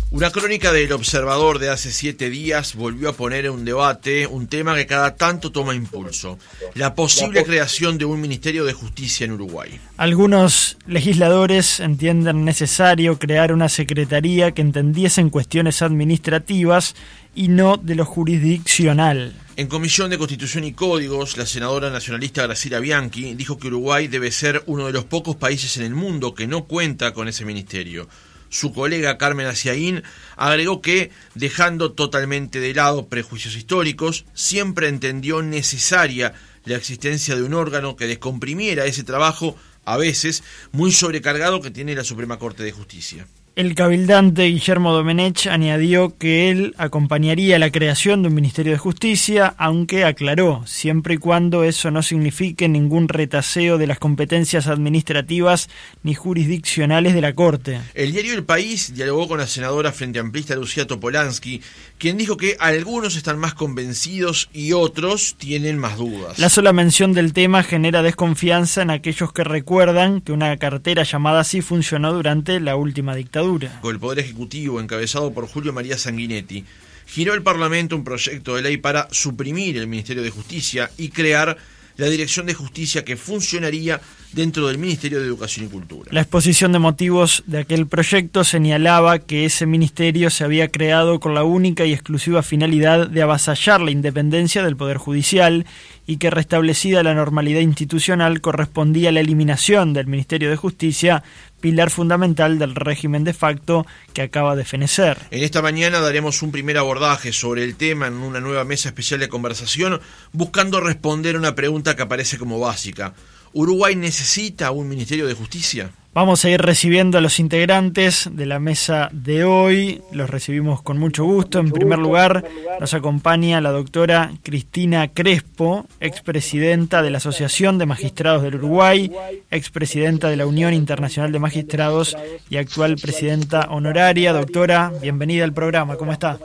Una crónica del Observador de hace 7 días volvió a poner en un debate un tema que cada tanto toma impulso: la posible creación de un Ministerio de Justicia en Uruguay. Algunos legisladores entienden necesario crear una secretaría que entendiese en cuestiones administrativas y no de lo jurisdiccional. En Comisión de Constitución y Códigos, la senadora nacionalista Graciela Bianchi dijo que Uruguay debe ser uno de los pocos países en el mundo que no cuenta con ese ministerio. Su colega Carmen Aciaín agregó que, dejando totalmente de lado prejuicios históricos, siempre entendió necesaria la existencia de un órgano que descomprimiera ese trabajo, a veces muy sobrecargado, que tiene la Suprema Corte de Justicia. El cabildante Guillermo Domenech añadió que él acompañaría la creación de un Ministerio de Justicia, aunque aclaró, siempre y cuando eso no signifique ningún retaseo de las competencias administrativas ni jurisdiccionales de la Corte. El diario El País dialogó con la senadora frente amplista Lucía Topolansky, quien dijo que algunos están más convencidos y otros tienen más dudas. La sola mención del tema genera desconfianza en aquellos que recuerdan que una cartera llamada así funcionó durante la última dictadura. Con el Poder Ejecutivo, encabezado por Julio María Sanguinetti, giró el Parlamento un proyecto de ley para suprimir el Ministerio de Justicia y crear la Dirección de Justicia, que funcionaría dentro del Ministerio de Educación y Cultura. La exposición de motivos de aquel proyecto señalaba que ese ministerio se había creado con la única y exclusiva finalidad de avasallar la independencia del Poder Judicial y que, restablecida la normalidad institucional, correspondía a la eliminación del Ministerio de Justicia, pilar fundamental del régimen de facto que acaba de fenecer. En esta mañana daremos un primer abordaje sobre el tema en una nueva mesa especial de conversación, buscando responder a una pregunta que aparece como básica: ¿Uruguay necesita un Ministerio de Justicia? Vamos a ir recibiendo a los integrantes de la mesa de hoy. Los recibimos con mucho gusto. En primer lugar, nos acompaña la doctora Cristina Crespo, expresidenta de la Asociación de Magistrados del Uruguay, expresidenta de la Unión Internacional de Magistrados y actual presidenta honoraria. Doctora, bienvenida al programa. ¿Cómo está?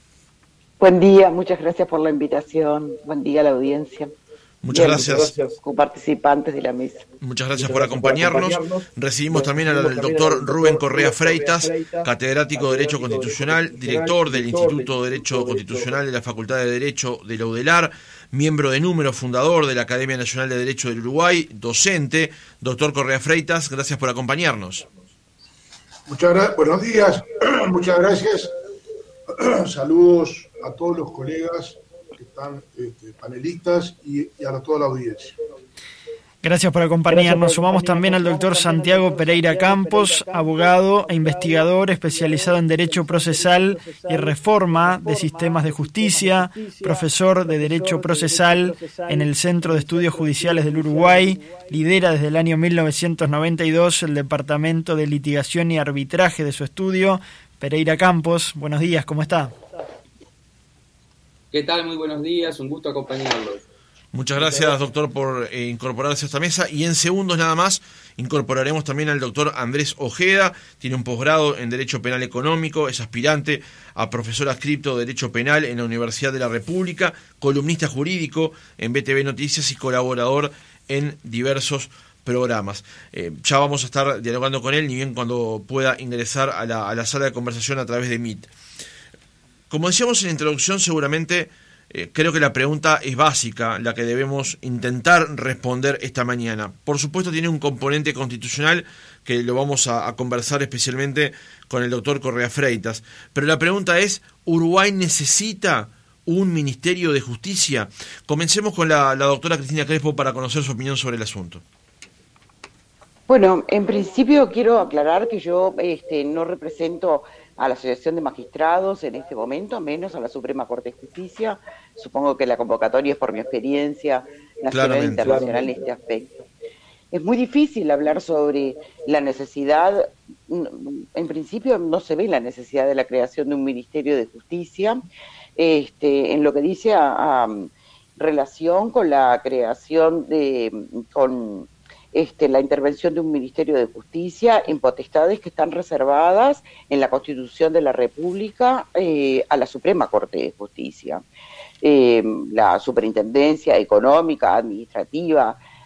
Buen día, muchas gracias por la invitación. Buen día a la audiencia. Muchas gracias. Con participantes de la mesa. Muchas gracias por acompañarnos. Recibimos también al doctor Rubén Correa Freitas, catedrático de Derecho Constitucional, director del Instituto de Derecho Constitucional de la Facultad de Derecho de la UDELAR, miembro de número, fundador de la Academia Nacional de Derecho del Uruguay, docente. Doctor Correa Freitas, gracias por acompañarnos. Buenos días, muchas gracias. Saludos a todos los colegas que están panelistas y a toda la audiencia. Gracias por acompañarnos. Sumamos también al doctor Santiago Pereira Campos, abogado e investigador especializado en Derecho Procesal y Reforma de Sistemas de Justicia, profesor de Derecho Procesal en el Centro de Estudios Judiciales del Uruguay, lidera desde el año 1992 el Departamento de Litigación y Arbitraje de su estudio. Pereira Campos, buenos días, ¿cómo está? ¿Qué tal? Muy buenos días, un gusto acompañarlos. Muchas gracias, doctor, por incorporarse a esta mesa. Y en segundos nada más incorporaremos también al doctor Andrés Ojeda. Tiene un posgrado en Derecho Penal Económico, es aspirante a profesor adscripto de Derecho Penal en la Universidad de la República, columnista jurídico en BTV Noticias y colaborador en diversos programas. Ya vamos a estar dialogando con él, ni bien cuando pueda ingresar a la sala de conversación a través de Meet. Como decíamos en la introducción, seguramente creo que la pregunta es básica, la que debemos intentar responder esta mañana. Por supuesto tiene un componente constitucional que lo vamos a conversar especialmente con el doctor Correa Freitas. Pero la pregunta es, ¿Uruguay necesita un Ministerio de Justicia? Comencemos con la doctora Cristina Crespo para conocer su opinión sobre el asunto. Bueno, en principio quiero aclarar que yo no represento a la Asociación de Magistrados en este momento, menos a la Suprema Corte de Justicia. Supongo que la convocatoria es por mi experiencia nacional e internacional en este aspecto. Es muy difícil hablar sobre la necesidad, en principio no se ve la necesidad de la creación de un Ministerio de Justicia, en lo que dice a relación con la creación la intervención de un Ministerio de Justicia en potestades que están reservadas en la Constitución de la República a la Suprema Corte de Justicia. La superintendencia económica, administrativa,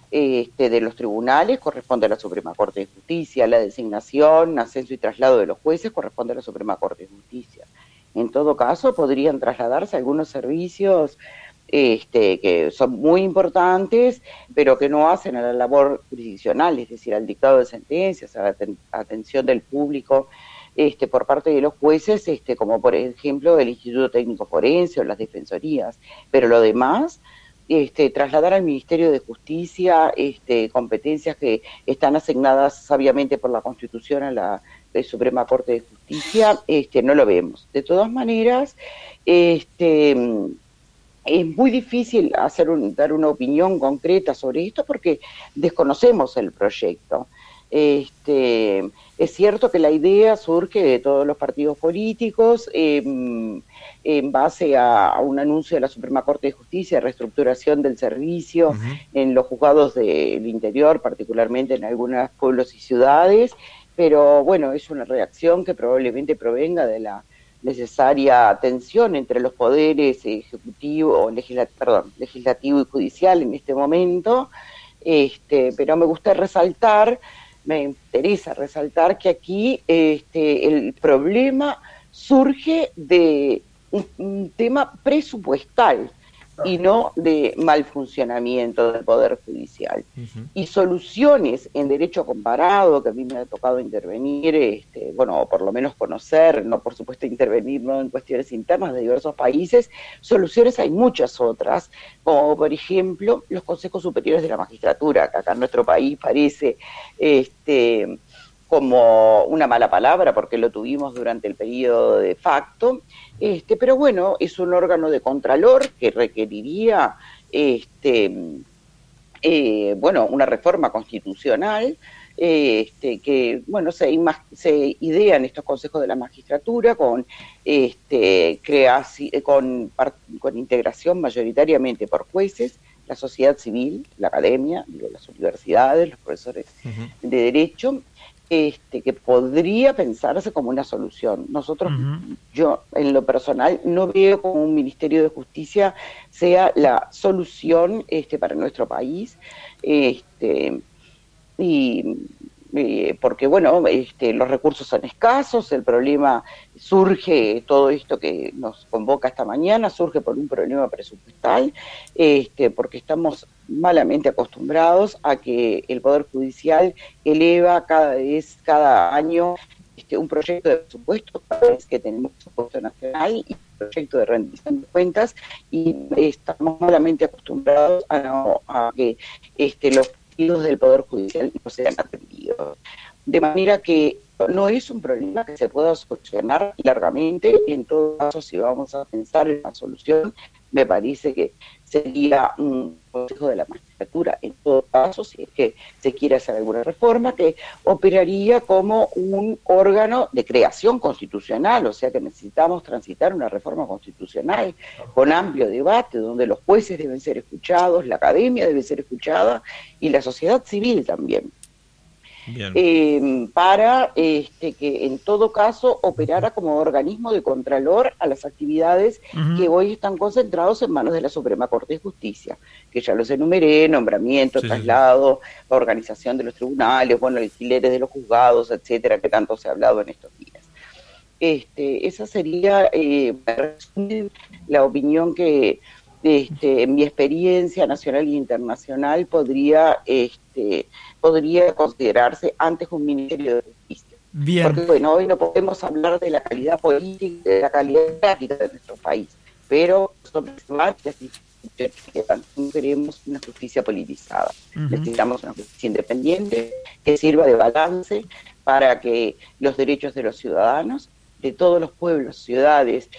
de los tribunales corresponde a la Suprema Corte de Justicia, la designación, ascenso y traslado de los jueces corresponde a la Suprema Corte de Justicia. En todo caso, podrían trasladarse algunos servicios que son muy importantes, pero que no hacen a la labor jurisdiccional, es decir, al dictado de sentencias, a la atención del público por parte de los jueces, como por ejemplo el Instituto Técnico Forense o las defensorías, pero lo demás, trasladar al Ministerio de Justicia competencias que están asignadas sabiamente por la Constitución a la Suprema Corte de Justicia, no lo vemos. De todas maneras, es muy difícil dar una opinión concreta sobre esto porque desconocemos el proyecto. Es cierto que la idea surge de todos los partidos políticos en base a un anuncio de la Suprema Corte de Justicia de reestructuración del servicio en los juzgados del interior, particularmente en algunos pueblos y ciudades, pero bueno, es una reacción que probablemente provenga de la necesaria tensión entre los poderes legislativo y judicial en este momento, pero me interesa resaltar que aquí el problema surge de un tema presupuestal y no de mal funcionamiento del Poder Judicial. Y soluciones en derecho comparado, que a mí me ha tocado intervenir, o por lo menos conocer, no por supuesto intervenir no en cuestiones internas de diversos países, soluciones hay muchas otras, como por ejemplo los consejos superiores de la magistratura, que acá en nuestro país parece como una mala palabra porque lo tuvimos durante el periodo de facto, pero bueno, es un órgano de contralor que requeriría una reforma constitucional, que bueno, se idean estos consejos de la magistratura con integración mayoritariamente por jueces, la sociedad civil, la academia, las universidades, los profesores de derecho, que podría pensarse como una solución. Yo en lo personal no veo como un Ministerio de Justicia sea la solución para nuestro país, porque bueno, los recursos son escasos, el problema surge, todo esto que nos convoca esta mañana, surge por un problema presupuestal, porque estamos malamente acostumbrados a que el Poder Judicial eleva cada año un proyecto de presupuesto, cada vez que tenemos presupuesto nacional y proyecto de rendición de cuentas, y estamos malamente acostumbrados a que los pedidos del Poder Judicial no sean atendidos. De manera que no es un problema que se pueda solucionar largamente. En todo caso, si vamos a pensar en una solución, me parece que sería un consejo de la magistratura, en todo caso, si es que se quiere hacer alguna reforma, que operaría como un órgano de creación constitucional, o sea que necesitamos transitar una reforma constitucional con amplio debate, donde los jueces deben ser escuchados, la academia debe ser escuchada y la sociedad civil también. Para que en todo caso operara como organismo de contralor a las actividades que hoy están concentrados en manos de la Suprema Corte de Justicia, que ya los enumeré: nombramiento, traslado, organización de los tribunales, alquileres de los juzgados, etcétera, que tanto se ha hablado en estos días. Esa sería la opinión que en mi experiencia nacional e internacional podría considerarse antes un Ministerio de Justicia. Bien. Porque bueno, hoy no podemos hablar de la calidad política, de la calidad práctica de nuestro país, pero sobre varias instituciones que no queremos una justicia politizada. Necesitamos una justicia independiente que sirva de balance para que los derechos de los ciudadanos, de todos los pueblos, ciudades,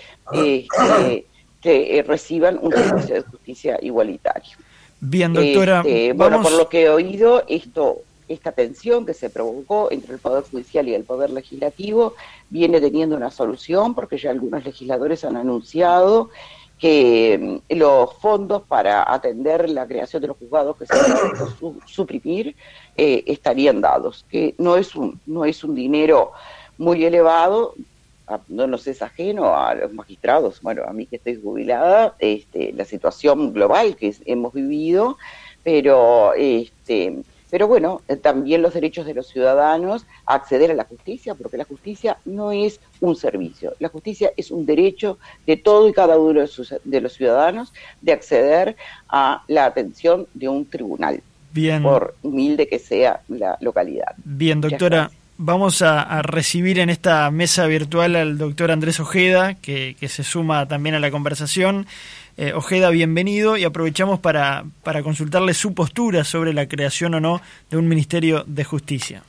que reciban un servicio de justicia igualitario. Bien, doctora. Bueno, por lo que he oído, esta tensión que se provocó entre el Poder Judicial y el Poder Legislativo viene teniendo una solución, porque ya algunos legisladores han anunciado que los fondos para atender la creación de los juzgados que se van a suprimir estarían dados, que no es un dinero muy elevado. No nos es ajeno a los magistrados, bueno, a mí que estoy jubilada, la situación global que hemos vivido, Pero bueno, también los derechos de los ciudadanos a acceder a la justicia, porque la justicia no es un servicio, la justicia es un derecho de todo y cada uno de los ciudadanos de acceder a la atención de un tribunal, bien, por humilde que sea la localidad. Bien, doctora, vamos a recibir en esta mesa virtual al doctor Andrés Ojeda, que se suma también a la conversación. Ojeda, bienvenido, y aprovechamos para consultarle su postura sobre la creación o no de un Ministerio de Justicia.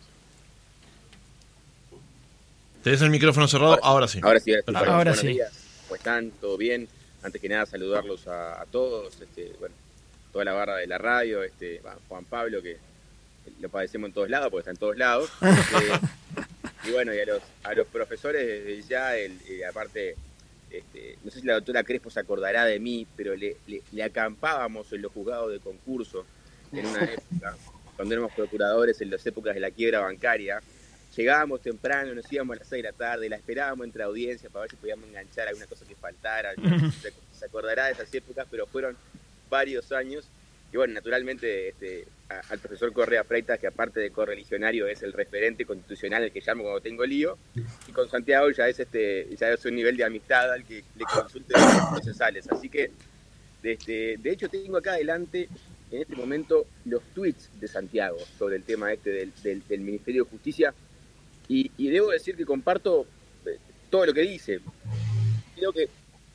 ¿Tenés el micrófono cerrado? Ahora sí. Ahora sí. Buenos días. ¿Cómo están? ¿Todo bien? Antes que nada, saludarlos a todos, toda la barra de la radio, Juan Pablo, que lo padecemos en todos lados, porque está en todos lados. Y bueno, y a los profesores desde ya, aparte... no sé si la doctora Crespo se acordará de mí, pero le acampábamos en los juzgados de concurso en una época, cuando éramos procuradores en las épocas de la quiebra bancaria. Llegábamos temprano, nos íbamos a las 6 de la tarde, la esperábamos entre audiencias para ver si podíamos enganchar alguna cosa que faltara. Se acordará de esas épocas, pero fueron varios años. Y bueno, naturalmente al profesor Correa Freitas, que aparte de correligionario es el referente constitucional, el que llamo cuando tengo lío, y con Santiago ya es un nivel de amistad al que le consulte los procesales. Así que, de hecho, tengo acá adelante, en este momento, los tweets de Santiago sobre el tema del Ministerio de Justicia, y debo decir que comparto todo lo que dice. Creo que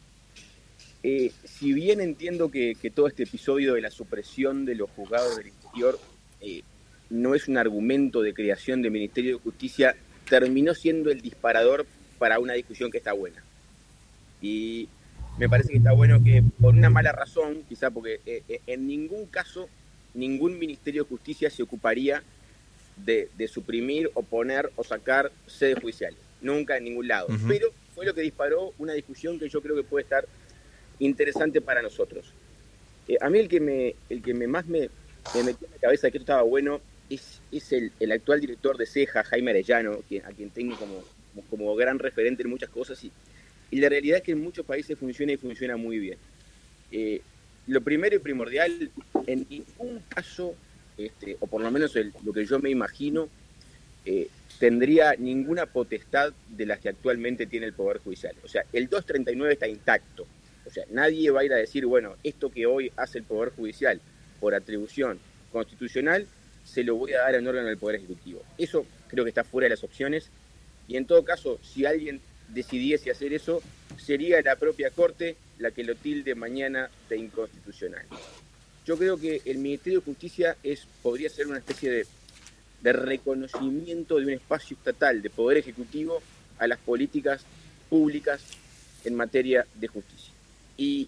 si bien entiendo que todo este episodio de la supresión de los juzgados del interior no es un argumento de creación de Ministerio de Justicia, terminó siendo el disparador para una discusión que está buena. Y me parece que está bueno que, por una mala razón, quizá porque en ningún caso, ningún Ministerio de Justicia se ocuparía de suprimir o poner o sacar sedes judiciales. Nunca, en ningún lado. Uh-huh. Pero fue lo que disparó una discusión que yo creo que puede estar interesante para nosotros. A mí el que más me metió en la cabeza de que esto estaba bueno es el actual director de CEJA, Jaime Arellano, a quien tengo como gran referente en muchas cosas, y la realidad es que en muchos países funciona y funciona muy bien. Lo primero y primordial, en ningún caso, o por lo menos lo que yo me imagino, tendría ninguna potestad de las que actualmente tiene el Poder Judicial. O sea, el 239 está intacto. O sea, nadie va a ir a decir, bueno, esto que hoy hace el Poder Judicial por atribución constitucional, se lo voy a dar a un órgano del Poder Ejecutivo. Eso creo que está fuera de las opciones, y en todo caso, si alguien decidiese hacer eso, sería la propia Corte la que lo tilde mañana de inconstitucional. Yo creo que el Ministerio de Justicia podría ser una especie de reconocimiento de un espacio estatal de Poder Ejecutivo a las políticas públicas en materia de justicia. Y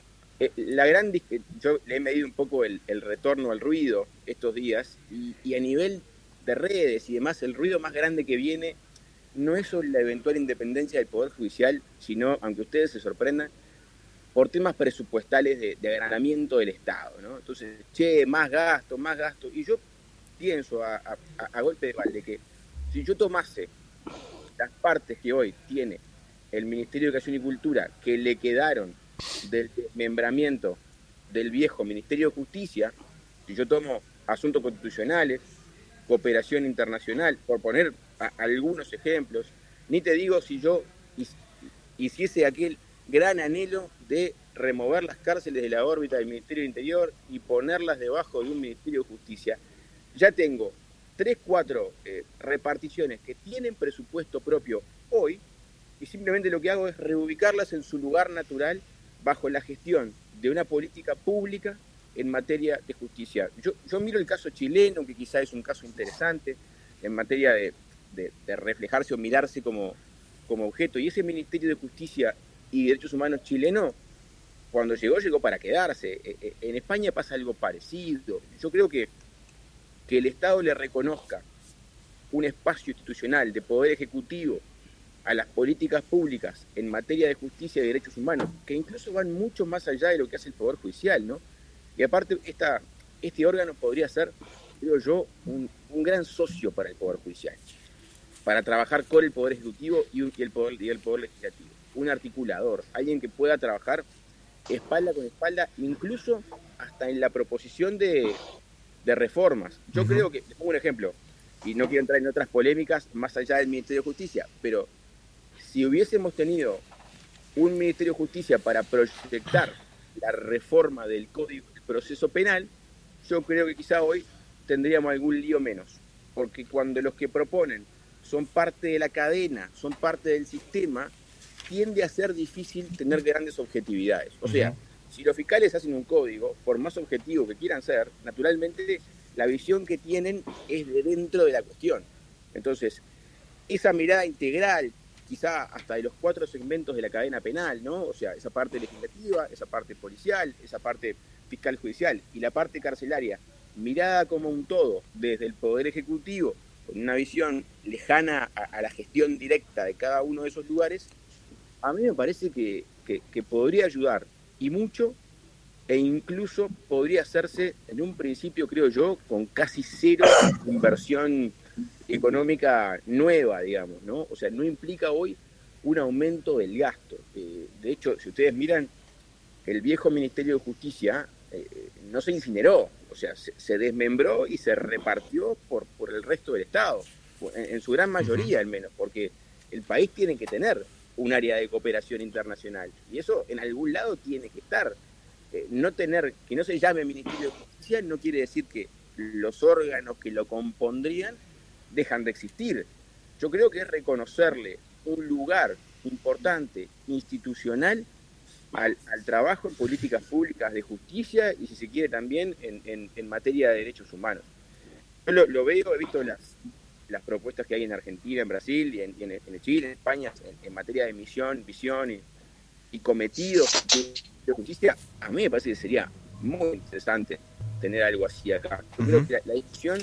yo le he medido un poco el retorno al ruido estos días, y a nivel de redes y demás, el ruido más grande que viene no es sobre la eventual independencia del Poder Judicial, sino, aunque ustedes se sorprendan, por temas presupuestales de agranamiento del Estado, ¿no? Entonces, más gasto, y yo pienso a golpe de balde que si yo tomase las partes que hoy tiene el Ministerio de Educación y Cultura, que le quedaron del desmembramiento del viejo Ministerio de Justicia, si yo tomo asuntos constitucionales, cooperación internacional, por poner algunos ejemplos, ni te digo si yo hiciese aquel gran anhelo de remover las cárceles de la órbita del Ministerio del Interior y ponerlas debajo de un Ministerio de Justicia, ya tengo 3-4 reparticiones que tienen presupuesto propio hoy, y simplemente lo que hago es reubicarlas en su lugar natural bajo la gestión de una política pública en materia de justicia. Yo miro el caso chileno, que quizá es un caso interesante en materia de reflejarse o mirarse como objeto, y ese Ministerio de Justicia y Derechos Humanos chileno, cuando llegó para quedarse. En España pasa algo parecido. Yo creo que el Estado le reconozca un espacio institucional de poder ejecutivo a las políticas públicas en materia de justicia y derechos humanos, que incluso van mucho más allá de lo que hace el Poder Judicial, ¿no? Y aparte, este órgano podría ser, creo yo, un gran socio para el Poder Judicial, para trabajar con el Poder Ejecutivo y el Poder Legislativo. Un articulador, alguien que pueda trabajar espalda con espalda, incluso hasta en la proposición de reformas. Yo creo que, les pongo un ejemplo, y no quiero entrar en otras polémicas más allá del Ministerio de Justicia, pero si hubiésemos tenido un Ministerio de Justicia para proyectar la reforma del Código del Proceso Penal, yo creo que quizá hoy tendríamos algún lío menos, porque cuando los que proponen son parte de la cadena, son parte del sistema, tiende a ser difícil tener grandes objetividades. O sea, si los fiscales hacen un código, por más objetivo que quieran ser, naturalmente la visión que tienen es de dentro de la cuestión. Entonces, esa mirada integral, quizá hasta de los 4 segmentos de la cadena penal, ¿no? O sea, esa parte legislativa, esa parte policial, esa parte fiscal judicial y la parte carcelaria, mirada como un todo desde el Poder Ejecutivo, con una visión lejana a la gestión directa de cada uno de esos lugares, a mí me parece que podría ayudar y mucho, e incluso podría hacerse en un principio, creo yo, con casi cero inversión económica nueva, digamos, ¿no? O sea, no implica hoy un aumento del gasto. De hecho, si ustedes miran, el viejo Ministerio de Justicia no se incineró, o sea, se desmembró y se repartió por el resto del Estado, en su gran mayoría al menos, porque el país tiene que tener un área de cooperación internacional, y eso en algún lado tiene que estar. No tener, que no se llame Ministerio de Justicia no quiere decir que los órganos que lo compondrían dejan de existir. Yo creo que es reconocerle un lugar importante, institucional, al trabajo en políticas públicas de justicia y, si se quiere, también en materia de derechos humanos. Yo lo veo, he visto las propuestas que hay en Argentina, en Brasil, y en Chile, en España, en materia de misión, visión y cometidos de justicia. A mí me parece que sería muy interesante tener algo así acá. Yo creo que la discusión,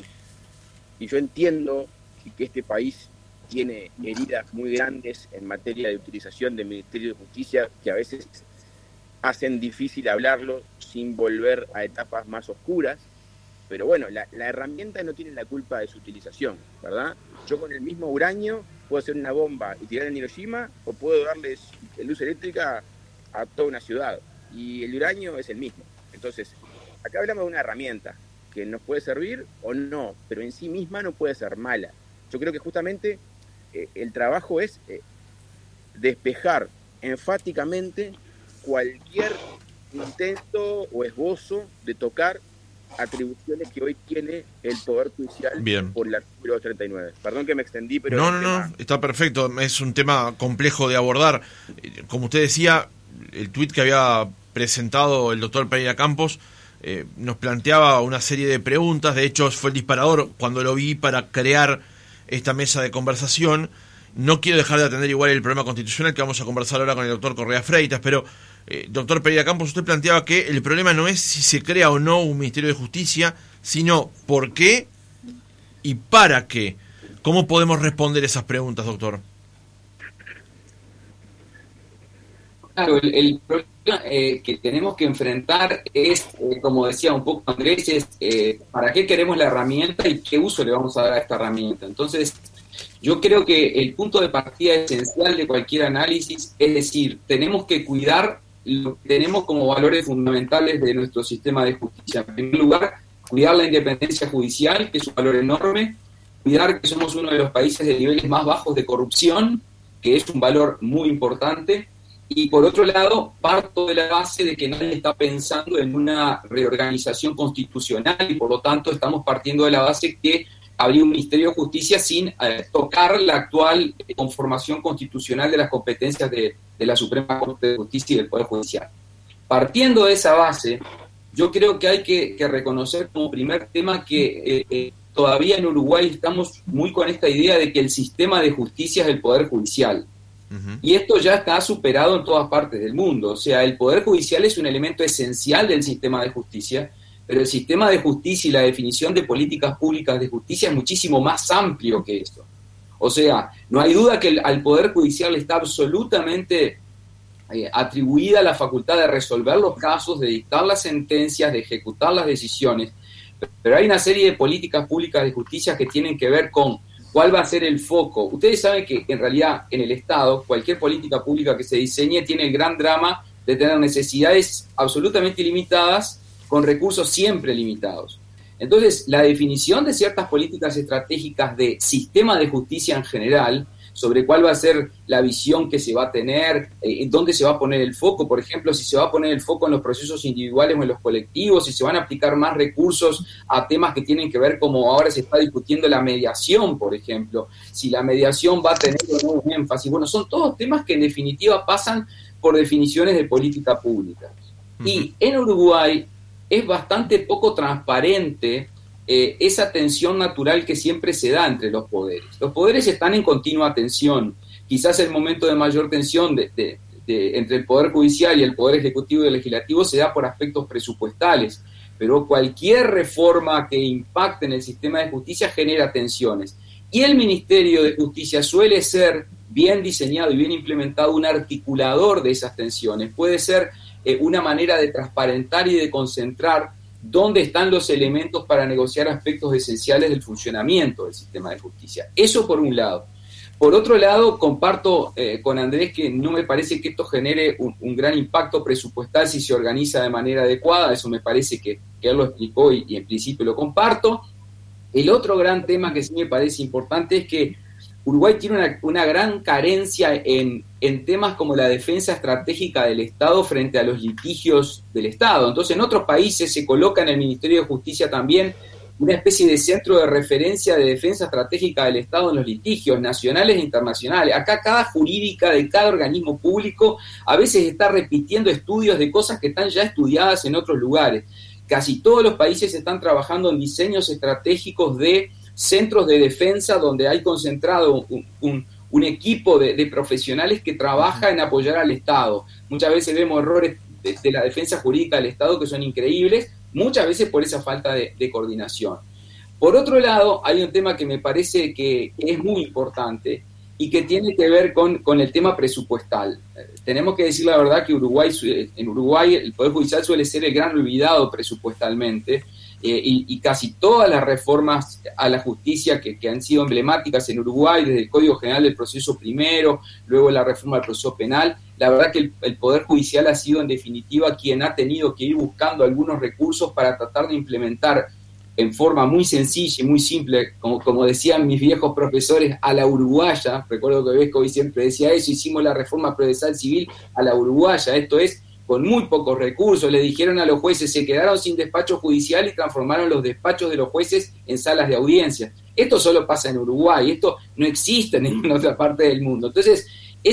y yo entiendo que este país tiene heridas muy grandes en materia de utilización del Ministerio de Justicia, que a veces hacen difícil hablarlo sin volver a etapas más oscuras, pero bueno, la herramienta no tiene la culpa de su utilización, ¿verdad? Yo con el mismo uranio puedo hacer una bomba y tirar en Hiroshima, o puedo darles luz eléctrica a toda una ciudad, y el uranio es el mismo. Entonces, acá hablamos de una herramienta que nos puede servir o no, pero en sí misma no puede ser mala. Yo creo que justamente el trabajo es despejar enfáticamente cualquier intento o esbozo de tocar atribuciones que hoy tiene el Poder Judicial. Bien. Por el artículo 239. Perdón que me extendí, pero... No, está perfecto. Es un tema complejo de abordar. Como usted decía, el tuit que había presentado el doctor Pereira Campos nos planteaba una serie de preguntas. De hecho, fue el disparador cuando lo vi para crear esta mesa de conversación. No quiero dejar de atender igual el problema constitucional que vamos a conversar ahora con el doctor Correa Freitas, pero doctor Pereira Campos, usted planteaba que el problema no es si se crea o no un Ministerio de Justicia, sino por qué y para qué. ¿Cómo podemos responder esas preguntas, doctor? Claro, el problema que tenemos que enfrentar es, como decía un poco Andrés, es para qué queremos la herramienta y qué uso le vamos a dar a esta herramienta. Entonces, yo creo que el punto de partida esencial de cualquier análisis es decir, tenemos que cuidar lo que tenemos como valores fundamentales de nuestro sistema de justicia. En primer lugar, cuidar la independencia judicial, que es un valor enorme, cuidar que somos uno de los países de niveles más bajos de corrupción, que es un valor muy importante, y por otro lado, parto de la base de que nadie está pensando en una reorganización constitucional y por lo tanto estamos partiendo de la base que habría un Ministerio de Justicia sin tocar la actual conformación constitucional de las competencias de la Suprema Corte de Justicia y del Poder Judicial. Partiendo de esa base, yo creo que hay que reconocer como primer tema que todavía en Uruguay estamos muy con esta idea de que el sistema de justicia es el Poder Judicial. Y esto ya está superado en todas partes del mundo. O sea, el Poder Judicial es un elemento esencial del sistema de justicia, pero el sistema de justicia y la definición de políticas públicas de justicia es muchísimo más amplio que eso. O sea, no hay duda que al Poder Judicial está absolutamente atribuida la facultad de resolver los casos, de dictar las sentencias, de ejecutar las decisiones, pero hay una serie de políticas públicas de justicia que tienen que ver con cuál va a ser el foco. Ustedes saben que en realidad en el Estado cualquier política pública que se diseñe tiene el gran drama de tener necesidades absolutamente ilimitadas con recursos siempre limitados. Entonces, la definición de ciertas políticas estratégicas de sistema de justicia en general, sobre cuál va a ser la visión que se va a tener, dónde se va a poner el foco, por ejemplo, si se va a poner el foco en los procesos individuales o en los colectivos, si se van a aplicar más recursos a temas que tienen que ver, como ahora se está discutiendo la mediación, por ejemplo, si la mediación va a tener o no un énfasis. Bueno, son todos temas que en definitiva pasan por definiciones de política pública. Y en Uruguay es bastante poco transparente esa tensión natural que siempre se da entre los poderes. Los poderes están en continua tensión. Quizás el momento de mayor tensión entre el Poder Judicial y el Poder Ejecutivo y el Legislativo se da por aspectos presupuestales, pero cualquier reforma que impacte en el sistema de justicia genera tensiones. Y el Ministerio de Justicia suele ser bien diseñado y bien implementado un articulador de esas tensiones. Puede ser una manera de transparentar y de concentrar dónde están los elementos para negociar aspectos esenciales del funcionamiento del sistema de justicia. Eso por un lado. Por otro lado, comparto con Andrés que no me parece que esto genere un gran impacto presupuestal si se organiza de manera adecuada. Eso me parece que él lo explicó y en principio lo comparto. El otro gran tema que sí me parece importante es que Uruguay tiene una gran carencia en temas como la defensa estratégica del Estado frente a los litigios del Estado. Entonces, en otros países se coloca en el Ministerio de Justicia también una especie de centro de referencia de defensa estratégica del Estado en los litigios nacionales e internacionales. Acá cada jurídica de cada organismo público a veces está repitiendo estudios de cosas que están ya estudiadas en otros lugares. Casi todos los países están trabajando en diseños estratégicos de centros de defensa donde hay concentrado un equipo de profesionales que trabaja en apoyar al Estado. Muchas veces vemos errores de la defensa jurídica del Estado que son increíbles, muchas veces por esa falta de coordinación. Por otro lado, hay un tema que me parece que es muy importante y que tiene que ver con el tema presupuestal. Tenemos que decir la verdad que en Uruguay el Poder Judicial suele ser el gran olvidado presupuestalmente, y casi todas las reformas a la justicia que han sido emblemáticas en Uruguay, desde el Código General del Proceso Primero, luego la reforma del proceso penal, la verdad que el Poder Judicial ha sido en definitiva quien ha tenido que ir buscando algunos recursos para tratar de implementar en forma muy sencilla y muy simple, como decían mis viejos profesores, a la uruguaya. Recuerdo que Vescovi siempre decía eso: hicimos la reforma procesal civil a la uruguaya, esto es, con muy pocos recursos. Le dijeron a los jueces, se quedaron sin despacho judicial y transformaron los despachos de los jueces en salas de audiencia. Esto solo pasa en Uruguay, esto no existe en ninguna otra parte del mundo. Entonces,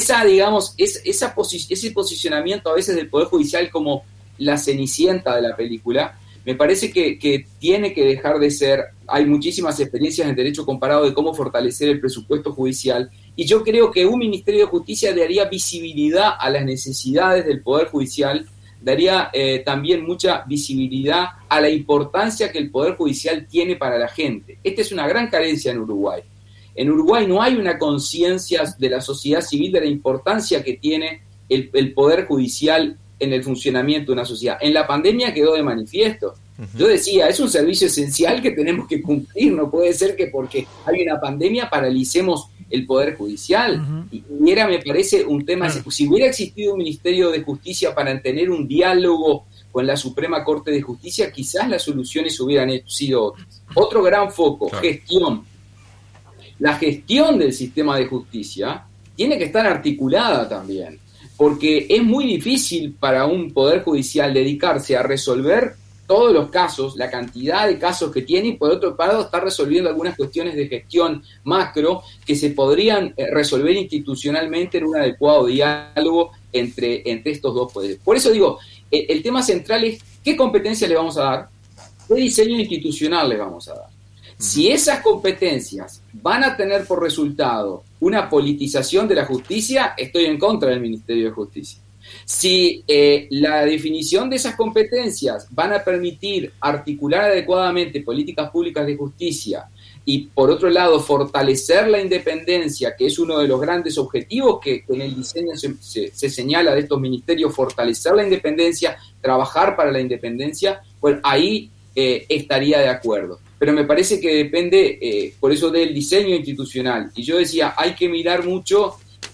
ese posicionamiento a veces del Poder Judicial como la cenicienta de la película, me parece que tiene que dejar de ser. Hay muchísimas experiencias en derecho comparado de cómo fortalecer el presupuesto judicial, y yo creo que un Ministerio de Justicia daría visibilidad a las necesidades del Poder Judicial, daría también mucha visibilidad a la importancia que el Poder Judicial tiene para la gente. Esta es una gran carencia en Uruguay. En Uruguay no hay una conciencia de la sociedad civil de la importancia que tiene el Poder Judicial en el funcionamiento de una sociedad. En la pandemia quedó de manifiesto. Yo decía, es un servicio esencial que tenemos que cumplir. No puede ser que porque hay una pandemia paralicemos el Poder Judicial. Y era, me parece, un tema. Si hubiera existido un Ministerio de Justicia para tener un diálogo con la Suprema Corte de Justicia, quizás las soluciones hubieran sido otras. Otro gran foco, gestión. La gestión del sistema de justicia tiene que estar articulada también, porque es muy difícil para un Poder Judicial dedicarse a resolver todos los casos, la cantidad de casos que tiene, y por otro lado estar resolviendo algunas cuestiones de gestión macro que se podrían resolver institucionalmente en un adecuado diálogo entre estos dos poderes. Por eso digo, el tema central es qué competencias le vamos a dar, qué diseño institucional le vamos a dar. Si esas competencias van a tener por resultado una politización de la justicia, estoy en contra del Ministerio de Justicia. Si la definición de esas competencias van a permitir articular adecuadamente políticas públicas de justicia y, por otro lado, fortalecer la independencia, que es uno de los grandes objetivos que en el diseño se señala de estos ministerios, fortalecer la independencia, trabajar para la independencia, pues ahí estaría de acuerdo. Pero me parece que depende, por eso, del diseño institucional. Y yo decía, hay que mirar mucho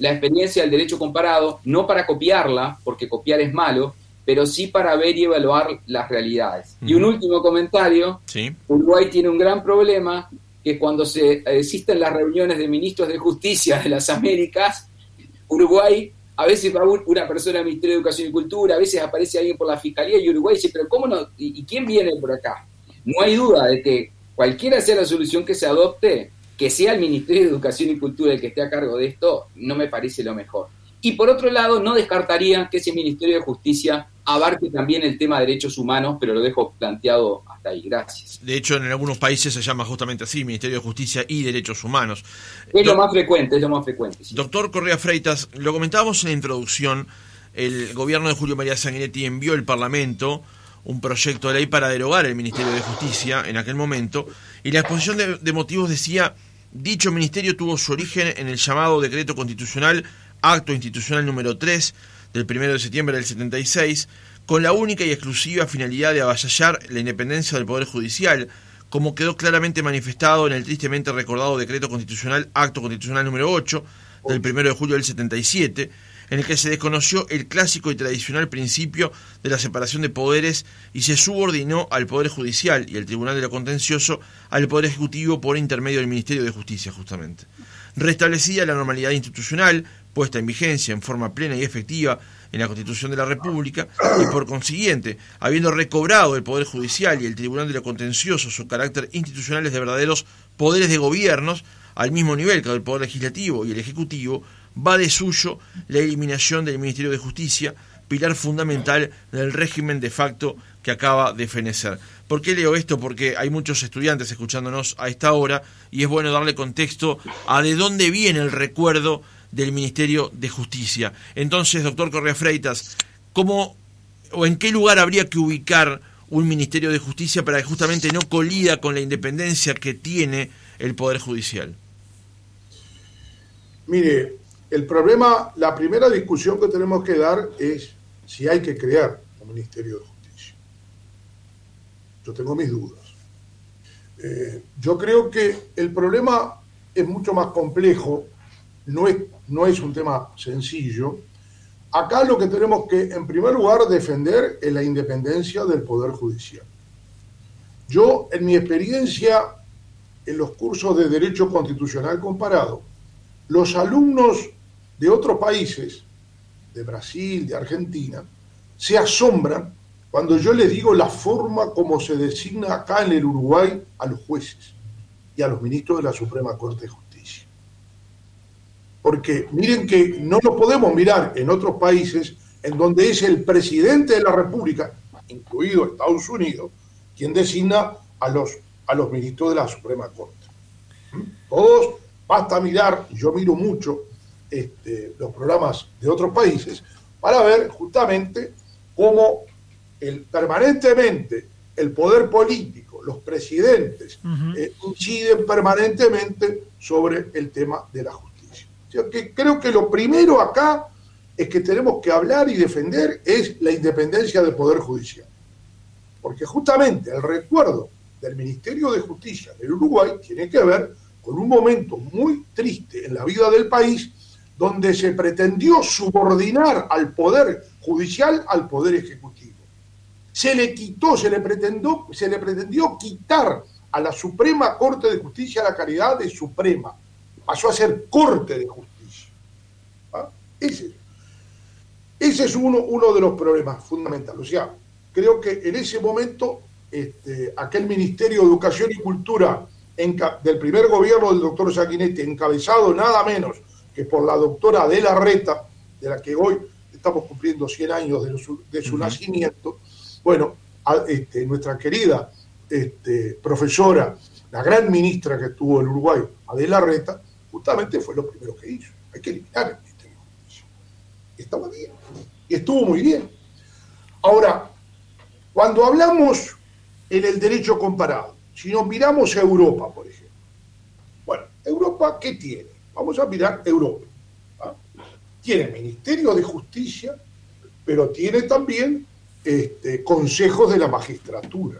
la experiencia del derecho comparado, no para copiarla, porque copiar es malo, pero sí para ver y evaluar las realidades. Y un último comentario, Sí. Uruguay tiene un gran problema, que cuando se existen las reuniones de ministros de justicia de las Américas, Uruguay, a veces va una persona del Ministerio de Educación y Cultura, a veces aparece alguien por la Fiscalía, y Uruguay dice, pero ¿cómo no? ¿Y quién viene por acá? No hay duda de que cualquiera sea la solución que se adopte, que sea el Ministerio de Educación y Cultura el que esté a cargo de esto, no me parece lo mejor. Y por otro lado, no descartaría que ese Ministerio de Justicia abarque también el tema de derechos humanos, pero lo dejo planteado hasta ahí. Gracias. De hecho, en algunos países se llama justamente así, Ministerio de Justicia y Derechos Humanos. Es lo más frecuente, sí. Doctor Correa Freitas, lo comentábamos en la introducción, el gobierno de Julio María Sanguinetti envió al Parlamento un proyecto de ley para derogar el Ministerio de Justicia en aquel momento, y la exposición de motivos decía, dicho ministerio tuvo su origen en el llamado Decreto Constitucional, Acto Institucional número 3, del 1 de septiembre del 76, con la única y exclusiva finalidad de avasallar la independencia del Poder Judicial, como quedó claramente manifestado en el tristemente recordado Decreto Constitucional, Acto Constitucional número 8, del 1 de julio del 77, en el que se desconoció el clásico y tradicional principio de la separación de poderes y se subordinó al Poder Judicial y el Tribunal de lo Contencioso al Poder Ejecutivo por intermedio del Ministerio de Justicia, justamente. Restablecida la normalidad institucional, puesta en vigencia en forma plena y efectiva en la Constitución de la República, y por consiguiente, habiendo recobrado el Poder Judicial y el Tribunal de lo Contencioso su carácter institucionales de verdaderos poderes de gobiernos, al mismo nivel que el Poder Legislativo y el Ejecutivo, va de suyo la eliminación del Ministerio de Justicia, pilar fundamental del régimen de facto que acaba de fenecer. ¿Por qué leo esto? Porque hay muchos estudiantes escuchándonos a esta hora y es bueno darle contexto a de dónde viene el recuerdo del Ministerio de Justicia. Entonces, doctor Correa Freitas, ¿cómo o en qué lugar habría que ubicar un Ministerio de Justicia para que justamente no colida con la independencia que tiene el Poder Judicial? Mire, el problema, la primera discusión que tenemos que dar es si hay que crear un Ministerio de Justicia. Yo tengo mis dudas. Yo creo que el problema es mucho más complejo, no es un tema sencillo. Acá lo que tenemos que, en primer lugar, defender es la independencia del Poder Judicial. Yo, en mi experiencia en los cursos de Derecho Constitucional Comparado, los alumnos de otros países, de Brasil, de Argentina, se asombran cuando yo les digo la forma como se designa acá en el Uruguay a los jueces y a los ministros de la Suprema Corte de Justicia. Porque miren que no lo podemos mirar en otros países en donde es el presidente de la República, incluido Estados Unidos, quien designa a los ministros de la Suprema Corte. Todos, basta mirar, yo miro mucho los programas de otros países para ver justamente cómo permanentemente el poder político, los presidentes, inciden permanentemente sobre el tema de la justicia. O sea que creo que lo primero acá es que tenemos que hablar y defender es la independencia del Poder Judicial. Porque justamente el recuerdo del Ministerio de Justicia del Uruguay tiene que ver con un momento muy triste en la vida del país donde se pretendió subordinar al Poder Judicial al Poder Ejecutivo. Se le pretendió quitar a la Suprema Corte de Justicia la calidad de Suprema. Pasó a ser Corte de Justicia. ¿Ah? Ese es uno de los problemas fundamentales. O sea, creo que en ese momento aquel Ministerio de Educación y Cultura del primer gobierno del doctor Sanguinetti, encabezado nada menos que por la doctora de la Reta, de la que hoy estamos cumpliendo 100 años de su nacimiento, bueno, nuestra querida profesora, la gran ministra que estuvo en Uruguay, Adela Reta, justamente fue lo primero que hizo. Hay que eliminar el Ministerio de Justicia. Estaba bien, y estuvo muy bien. Ahora, cuando hablamos en el derecho comparado, si nos miramos a Europa, por ejemplo, bueno, ¿Europa qué tiene? Vamos a mirar Europa. ¿Ah? Tiene Ministerio de Justicia, pero tiene también consejos de la magistratura.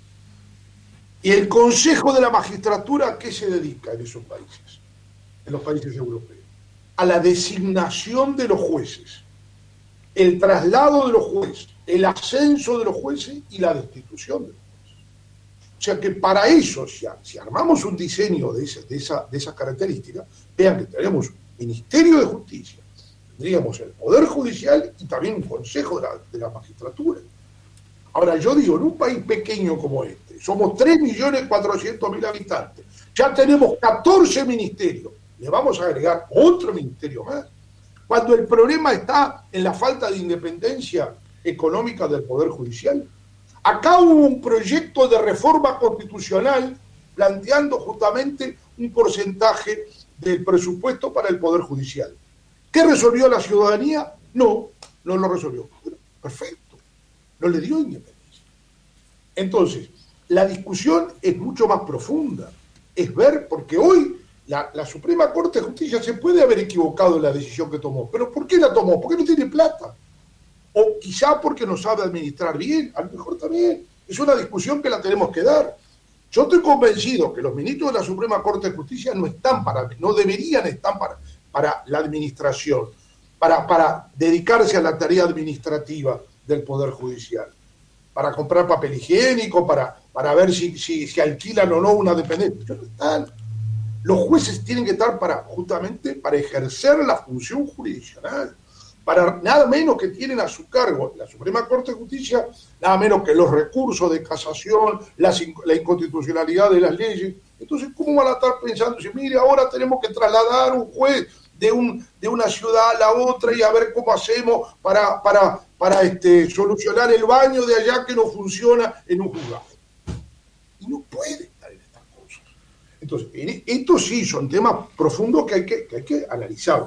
¿Y el Consejo de la Magistratura a qué se dedica en esos países? En los países europeos. a la designación de los jueces, el traslado de los jueces, el ascenso de los jueces y la destitución de los jueces. O sea que para eso, si armamos un diseño de esas características, vean que tenemos un Ministerio de Justicia, tendríamos el Poder Judicial y también un Consejo de la Magistratura. Ahora, yo digo, en un país pequeño como este, somos 3.400.000 habitantes, ya tenemos 14 ministerios, le vamos a agregar otro ministerio más, cuando el problema está en la falta de independencia económica del Poder Judicial. Acá hubo un proyecto de reforma constitucional planteando justamente un porcentaje del presupuesto para el Poder Judicial. ¿Qué resolvió la ciudadanía? No lo resolvió. Bueno, perfecto, no le dio independencia. Entonces, la discusión es mucho más profunda, es ver, porque hoy la Suprema Corte de Justicia se puede haber equivocado en la decisión que tomó, pero ¿por qué la tomó? Porque no tiene plata. O quizá porque no sabe administrar bien, a lo mejor también. Es una discusión que la tenemos que dar. Yo estoy convencido que los ministros de la Suprema Corte de Justicia no deberían estar para la administración, para dedicarse a la tarea administrativa del Poder Judicial, para comprar papel higiénico, para ver si alquilan o no una dependencia. No están. Los jueces tienen que estar justamente para ejercer la función jurisdiccional, para nada menos que tienen a su cargo la Suprema Corte de Justicia, nada menos que los recursos de casación, la inconstitucionalidad de las leyes. Entonces, ¿cómo van a estar pensando? Si mire, ahora tenemos que trasladar un juez de una ciudad a la otra y a ver cómo hacemos para solucionar el baño de allá que no funciona en un juzgado. Y no puede estar en estas cosas. Entonces, estos sí son temas profundos que hay que analizar.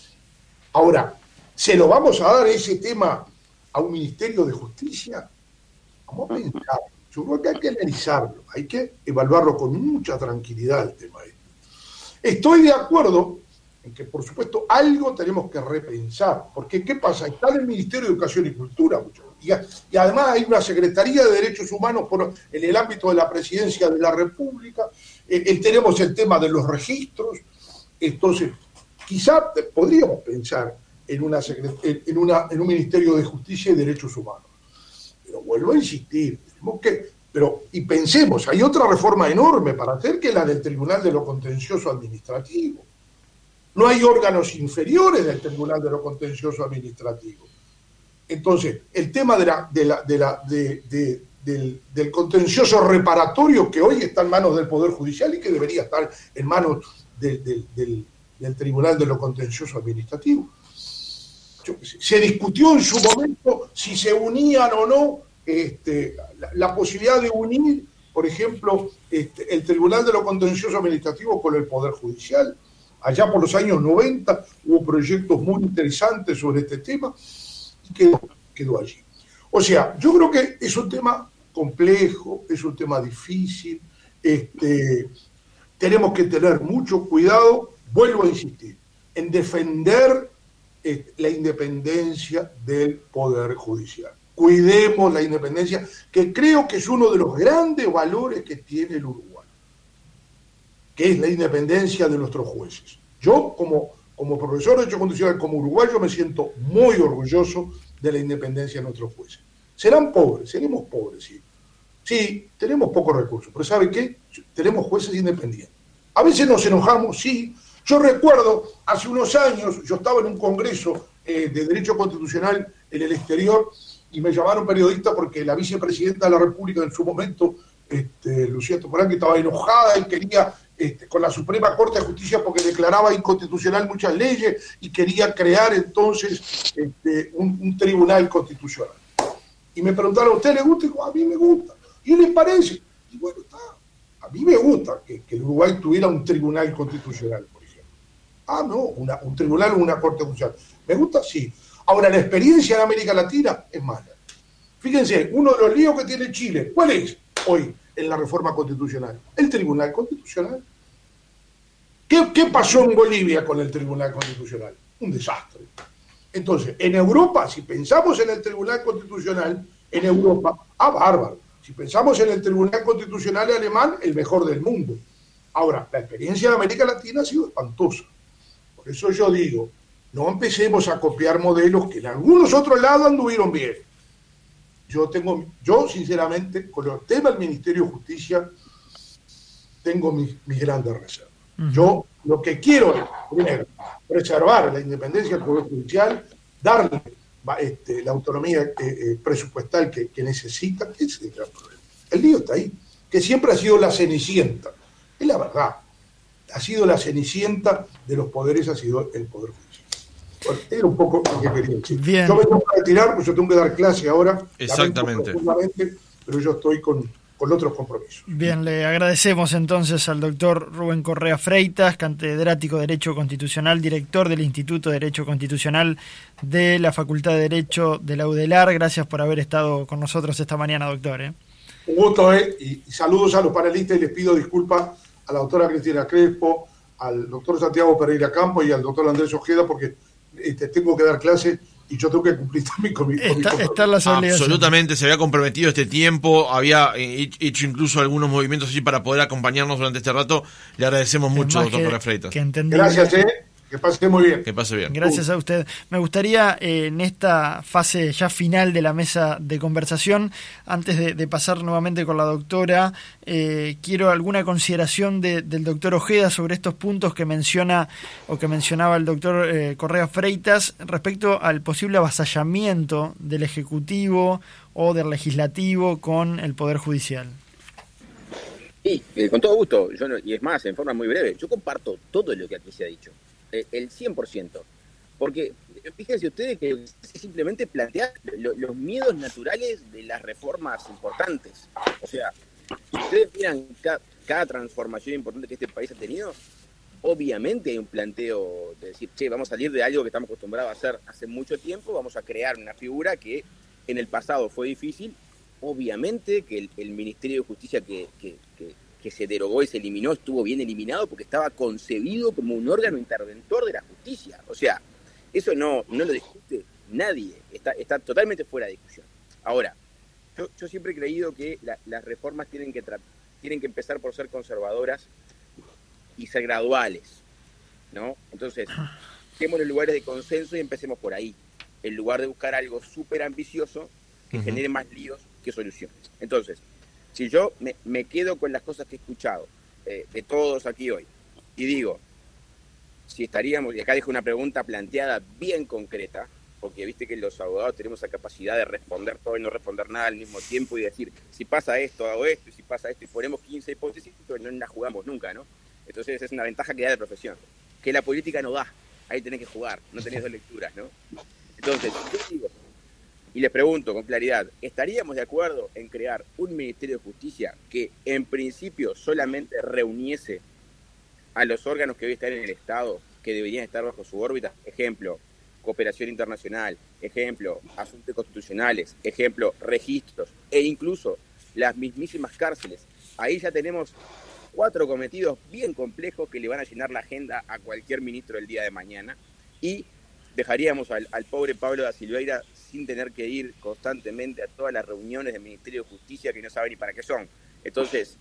Ahora, ¿se lo vamos a dar ese tema a un Ministerio de Justicia? Vamos a pensar. Yo creo que hay que analizarlo, hay que evaluarlo con mucha tranquilidad el tema este. Estoy de acuerdo en que, por supuesto, algo tenemos que repensar, porque ¿qué pasa? Está en el Ministerio de Educación y Cultura, y además hay una Secretaría de Derechos Humanos en el ámbito de la Presidencia de la República, tenemos el tema de los registros, entonces quizá podríamos pensar en un Ministerio de Justicia y Derechos Humanos. Pero vuelvo a insistir, y pensemos, hay otra reforma enorme para hacer, que es la del Tribunal de lo Contencioso Administrativo. No hay órganos inferiores del Tribunal de lo Contencioso Administrativo. Entonces, el tema del contencioso reparatorio, que hoy está en manos del Poder Judicial y que debería estar en manos del Tribunal de lo Contencioso Administrativo. Se discutió en su momento si se unían o no la posibilidad de unir, por ejemplo, el Tribunal de lo Contencioso Administrativo con el Poder Judicial. Allá por los años 90 hubo proyectos muy interesantes sobre este tema y quedó allí. O sea, yo creo que es un tema complejo, es un tema difícil, tenemos que tener mucho cuidado, vuelvo a insistir, en defender la independencia del Poder Judicial. Cuidemos la independencia, que creo que es uno de los grandes valores que tiene el Uruguay, que es la independencia de nuestros jueces. Yo, como profesor de Derecho Constitucional, como uruguayo, me siento muy orgulloso de la independencia de nuestros jueces. Serán pobres, seremos pobres, sí. Sí, tenemos pocos recursos, pero ¿sabe qué? Tenemos jueces independientes. A veces nos enojamos, sí. Yo recuerdo, hace unos años, yo estaba en un congreso de Derecho Constitucional en el exterior y me llamaron periodista porque la vicepresidenta de la República en su momento, Lucía Toporán, que estaba enojada y quería con la Suprema Corte de Justicia porque declaraba inconstitucional muchas leyes y quería crear entonces un tribunal constitucional. Y me preguntaron, ¿a usted le gusta? Y digo, a mí me gusta. ¿Y le parece? Y bueno, está. A mí me gusta que el Uruguay tuviera un tribunal constitucional, por ejemplo. Ah, no, un tribunal o una corte constitucional. ¿Me gusta? Sí. Ahora, la experiencia en América Latina es mala. Fíjense, uno de los líos que tiene Chile, ¿cuál es hoy en la reforma constitucional? El Tribunal Constitucional. ¿Qué pasó en Bolivia con el Tribunal Constitucional? Un desastre. Entonces, en Europa, si pensamos en el Tribunal Constitucional, en Europa, bárbaro. Si pensamos en el Tribunal Constitucional alemán, el mejor del mundo. Ahora, la experiencia de América Latina ha sido espantosa. Por eso yo digo, no empecemos a copiar modelos que en algunos otros lados anduvieron bien. Yo sinceramente, con el tema del Ministerio de Justicia, tengo mis grandes reservas. Yo lo que quiero es, primero, preservar la independencia del Poder Judicial, darle la autonomía presupuestal que necesita. Ese es el gran problema. El lío está ahí, que siempre ha sido la cenicienta. Es la verdad. Ha sido la cenicienta de los poderes, ha sido el Poder Judicial. Bueno, era un poco lo que quería decir. Bien. Yo me tengo que retirar, porque yo tengo que dar clase ahora. Exactamente. Pero yo estoy con otros compromisos. Bien, le agradecemos entonces al doctor Rubén Correa Freitas, catedrático de Derecho Constitucional, director del Instituto de Derecho Constitucional de la Facultad de Derecho de la UDELAR. Gracias por haber estado con nosotros esta mañana, doctor. Un gusto, y saludos a los panelistas, y les pido disculpas a la doctora Cristina Crespo, al doctor Santiago Pereira Campos y al doctor Andrés Ojeda, porque tengo que dar clase y yo tengo que cumplir también con mi están las obligaciones. Absolutamente, se había comprometido este tiempo, había hecho incluso algunos movimientos así para poder acompañarnos durante este rato. Le agradecemos mucho, doctor Freitas. Gracias, que pase muy bien. Que pase bien. Gracias a usted. Me gustaría, en esta fase ya final de la mesa de conversación, antes de pasar nuevamente con la doctora, quiero alguna consideración del doctor Ojeda sobre estos puntos que menciona o que mencionaba el doctor Correa Freitas respecto al posible avasallamiento del Ejecutivo o del Legislativo con el Poder Judicial. Sí, con todo gusto. Y es más, en forma muy breve, yo comparto todo lo que aquí se ha dicho. El 100%, porque fíjense ustedes que simplemente plantear los miedos naturales de las reformas importantes. O sea, si ustedes miran cada transformación importante que este país ha tenido, obviamente hay un planteo de decir, vamos a salir de algo que estamos acostumbrados a hacer hace mucho tiempo, vamos a crear una figura que en el pasado fue difícil. Obviamente que el Ministerio de Justicia que se derogó y se eliminó, estuvo bien eliminado porque estaba concebido como un órgano interventor de la justicia. O sea, eso no lo discute nadie, está totalmente fuera de discusión. Ahora, yo siempre he creído que las reformas tienen que empezar por ser conservadoras y ser graduales, ¿no? Entonces, dejemos los lugares de consenso y empecemos por ahí, en lugar de buscar algo súper ambicioso que genere más líos que soluciones. Entonces, si yo me quedo con las cosas que he escuchado de todos aquí hoy y digo, si estaríamos, y acá dejo una pregunta planteada bien concreta, porque viste que los abogados tenemos la capacidad de responder todo y no responder nada al mismo tiempo y decir, si pasa esto, hago esto, y si pasa esto, y ponemos 15 hipótesis, pero no las jugamos nunca, ¿no? Entonces es una ventaja que da de profesión, que la política no da, ahí tenés que jugar, no tenés dos lecturas, ¿no? Entonces, yo digo, y les pregunto con claridad, ¿estaríamos de acuerdo en crear un Ministerio de Justicia que en principio solamente reuniese a los órganos que hoy están en el Estado, que deberían estar bajo su órbita? Ejemplo, cooperación internacional, ejemplo, asuntos constitucionales, ejemplo, registros, e incluso las mismísimas cárceles. Ahí ya tenemos 4 cometidos bien complejos que le van a llenar la agenda a cualquier ministro el día de mañana, y dejaríamos al pobre Pablo da Silveira sin tener que ir constantemente a todas las reuniones del Ministerio de Justicia que no sabe ni para qué son. Entonces,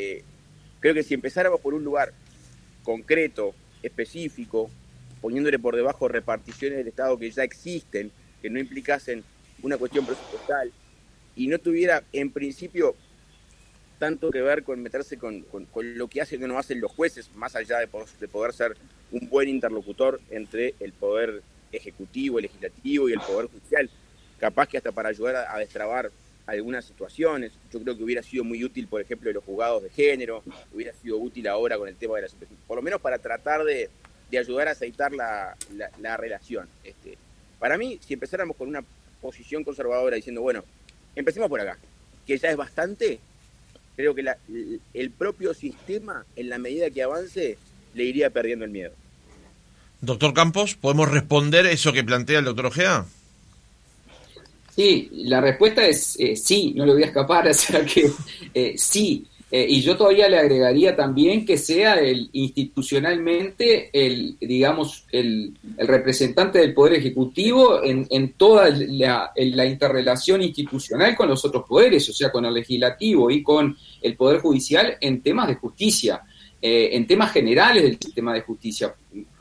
creo que si empezáramos por un lugar concreto, específico, poniéndole por debajo reparticiones del Estado que ya existen, que no implicasen una cuestión presupuestal, y no tuviera en principio tanto que ver con meterse con lo que hacen o no hacen los jueces, más allá de poder ser un buen interlocutor entre el Poder Ejecutivo, el Legislativo y el Poder Judicial, capaz que hasta para ayudar a destrabar algunas situaciones. Yo creo que hubiera sido muy útil, por ejemplo, los juzgados de género, hubiera sido útil ahora con el tema de la supervisión, por lo menos para tratar de ayudar a aceitar la relación. Para mí, si empezáramos con una posición conservadora diciendo, bueno, empecemos por acá, que ya es bastante, creo que el propio sistema, en la medida que avance, le iría perdiendo el miedo. Doctor Campos, ¿podemos responder eso que plantea el doctor Ojeda? Sí, la respuesta es sí, no le voy a escapar, o sea que sí. Y yo todavía le agregaría también que sea institucionalmente el representante del Poder Ejecutivo en toda la interrelación institucional con los otros poderes, o sea, con el Legislativo y con el Poder Judicial en temas de justicia, en temas generales del sistema de justicia.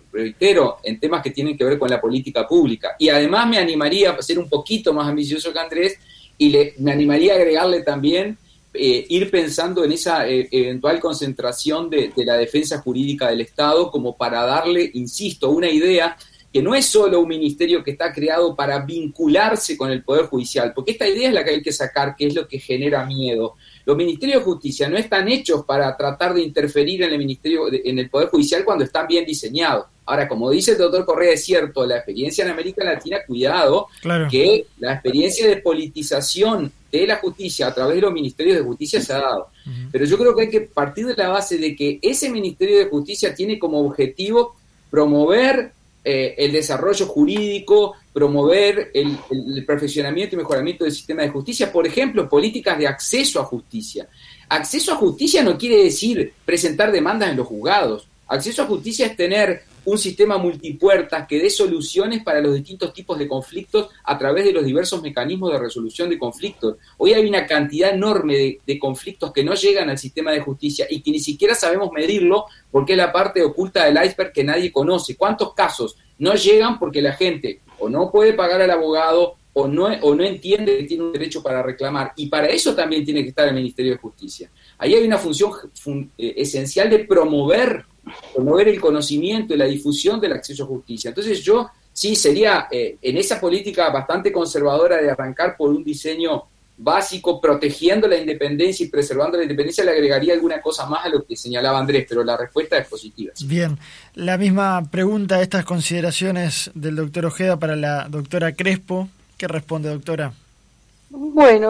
reitero, en temas que tienen que ver con la política pública. Y además me animaría a ser un poquito más ambicioso que Andrés, y me animaría a agregarle también ir pensando en esa eventual concentración de la defensa jurídica del Estado, como para darle, insisto, una idea que no es solo un ministerio que está creado para vincularse con el Poder Judicial, porque esta idea es la que hay que sacar, que es lo que genera miedo. Los ministerios de justicia no están hechos para tratar de interferir en el Poder Judicial cuando están bien diseñados. Ahora, como dice el doctor Correa, es cierto, la experiencia en América Latina, cuidado, claro, que la experiencia de politización de la justicia a través de los ministerios de justicia se ha dado. Pero yo creo que hay que partir de la base de que ese Ministerio de Justicia tiene como objetivo promover el desarrollo jurídico, promover el perfeccionamiento y mejoramiento del sistema de justicia, por ejemplo, políticas de acceso a justicia. Acceso a justicia no quiere decir presentar demandas en los juzgados. Acceso a justicia es tener un sistema multipuertas que dé soluciones para los distintos tipos de conflictos a través de los diversos mecanismos de resolución de conflictos. Hoy hay una cantidad enorme de conflictos que no llegan al sistema de justicia y que ni siquiera sabemos medirlo porque es la parte oculta del iceberg que nadie conoce. ¿Cuántos casos no llegan porque la gente o no puede pagar al abogado o no entiende que tiene un derecho para reclamar? Y para eso también tiene que estar el Ministerio de Justicia. Ahí hay una función esencial de promover el conocimiento y la difusión del acceso a justicia. Entonces yo sí sería en esa política bastante conservadora de arrancar por un diseño básico, protegiendo la independencia y preservando la independencia, le agregaría alguna cosa más a lo que señalaba Andrés, pero la respuesta es positiva. Bien, la misma pregunta, estas consideraciones del doctor Ojeda para la doctora Crespo. ¿Qué responde, doctora? Bueno,